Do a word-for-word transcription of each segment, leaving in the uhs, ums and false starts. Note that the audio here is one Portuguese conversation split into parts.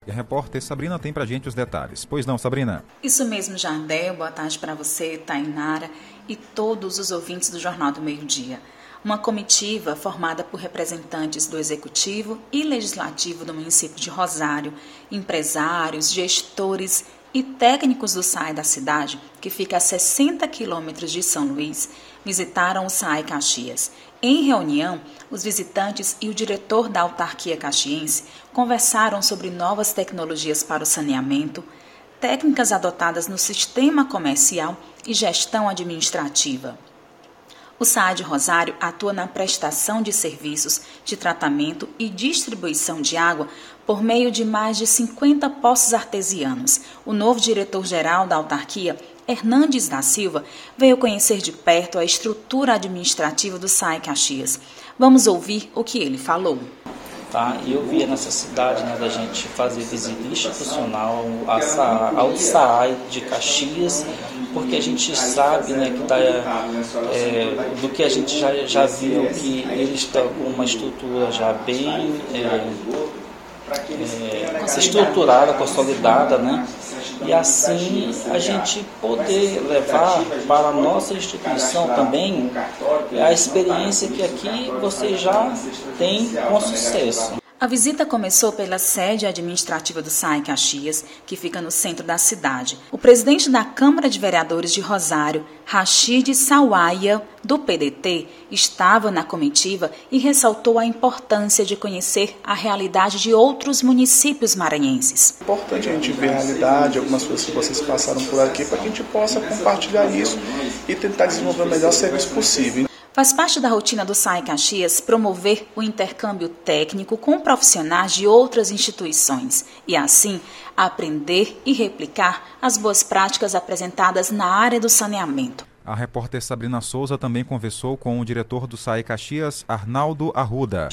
E a repórter Sabrina tem pra gente os detalhes. Pois não, Sabrina? Isso mesmo, Jardel. Boa tarde para você, Tainara e todos os ouvintes do Jornal do Meio-Dia. Uma comitiva formada por representantes do Executivo e Legislativo do município de Rosário, empresários, gestores e técnicos do S A I da cidade, que fica a sessenta quilômetros de São Luís, visitaram o S A I Caxias. Em reunião, os visitantes e o diretor da autarquia caxiense conversaram sobre novas tecnologias para o saneamento, técnicas adotadas no sistema comercial e gestão administrativa. O S A I de Rosário atua na prestação de serviços de tratamento e distribuição de água por meio de mais de cinquenta poços artesianos. O novo diretor-geral da autarquia, Hernandes da Silva, veio conhecer de perto a estrutura administrativa do S A I Caxias. Vamos ouvir o que ele falou. Tá? E eu vi a necessidade, né, da gente fazer visita institucional ao S A I de Caxias, porque a gente sabe, né, que tá, é, do que a gente já, já viu, que eles estão com uma estrutura já bem é, é, estruturada, consolidada, né? E assim a gente poder levar para a nossa instituição também a experiência que aqui você já tem com sucesso. A visita começou pela sede administrativa do S A I Caxias, que fica no centro da cidade. O presidente da Câmara de Vereadores de Rosário, Rachid Sawaia, do P D T, estava na comitiva e ressaltou a importância de conhecer a realidade de outros municípios maranhenses. É importante a gente ver a realidade, algumas coisas que vocês passaram por aqui, para que a gente possa compartilhar isso e tentar desenvolver o melhor serviço possível. Faz parte da rotina do S A I Caxias promover o intercâmbio técnico com profissionais de outras instituições e, assim, aprender e replicar as boas práticas apresentadas na área do saneamento. A repórter Sabrina Souza também conversou com o diretor do S A I Caxias, Arnaldo Arruda.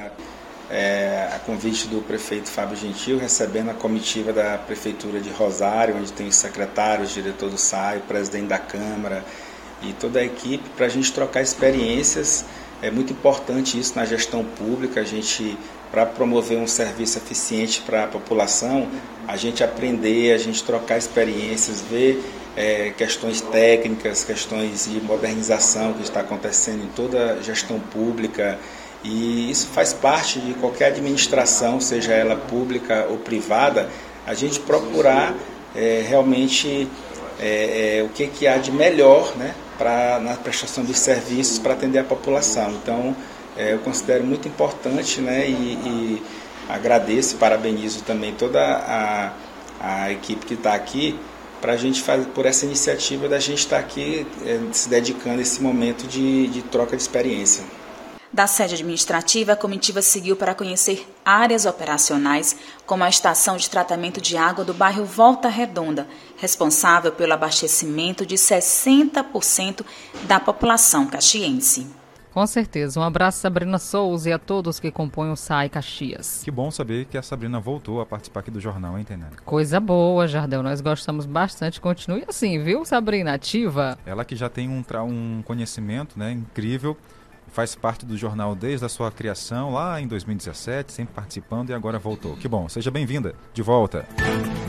É, a convite do prefeito Fábio Gentil, recebendo a comitiva da Prefeitura de Rosário, onde tem os secretários, o diretor do S A I, o presidente da Câmara e toda a equipe, para a gente trocar experiências. É muito importante isso na gestão pública, a gente, para promover um serviço eficiente para a população, a gente aprender, a gente trocar experiências, ver é, questões técnicas, questões de modernização que está acontecendo em toda a gestão pública, e isso faz parte de qualquer administração, seja ela pública ou privada, a gente procurar é, realmente é, é, o que, que há de melhor, né, pra, na prestação de serviços para atender a população. Então, é, eu considero muito importante, né, e, e agradeço e parabenizo também toda a, a equipe que está aqui, para a gente fazer, por essa iniciativa da gente estar tá aqui é, se dedicando a esse momento de, de troca de experiência. Da sede administrativa, a comitiva seguiu para conhecer áreas operacionais, como a estação de tratamento de água do bairro Volta Redonda, responsável pelo abastecimento de sessenta por cento da população caxiense. Com certeza. Um abraço, Sabrina Souza, e a todos que compõem o S A I Caxias. Que bom saber que a Sabrina voltou a participar aqui do jornal, hein, Tainara? Coisa boa, Jardel. Nós gostamos bastante. Continue assim, viu, Sabrina? Ativa. Ela que já tem um, um conhecimento, né, incrível. Faz parte do jornal desde a sua criação, lá em dois mil e dezessete, sempre participando, e agora voltou. Que bom, seja bem-vinda, de volta.